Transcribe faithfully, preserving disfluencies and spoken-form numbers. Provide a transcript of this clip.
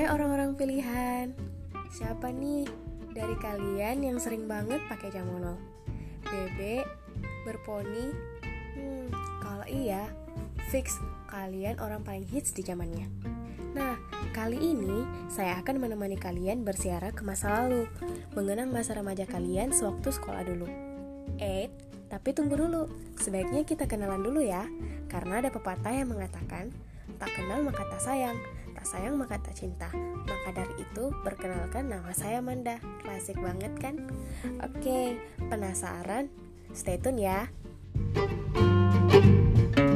orang-orang pilihan. Siapa nih dari kalian yang sering banget pakai jamonol? Bebek, berponi? Hmm, kalau iya, fix kalian orang paling hits di zamannya. Nah, kali ini saya akan menemani kalian bersiara ke masa lalu, mengenang masa remaja kalian sewaktu sekolah dulu. Eh, tapi tunggu dulu, sebaiknya kita kenalan dulu ya, karena ada pepatah yang mengatakan, tak kenal maka tak sayang, tak sayang maka tak cinta. Maka dari itu, perkenalkan nama saya Manda. Klasik banget kan? Oke, penasaran? Stay tune ya.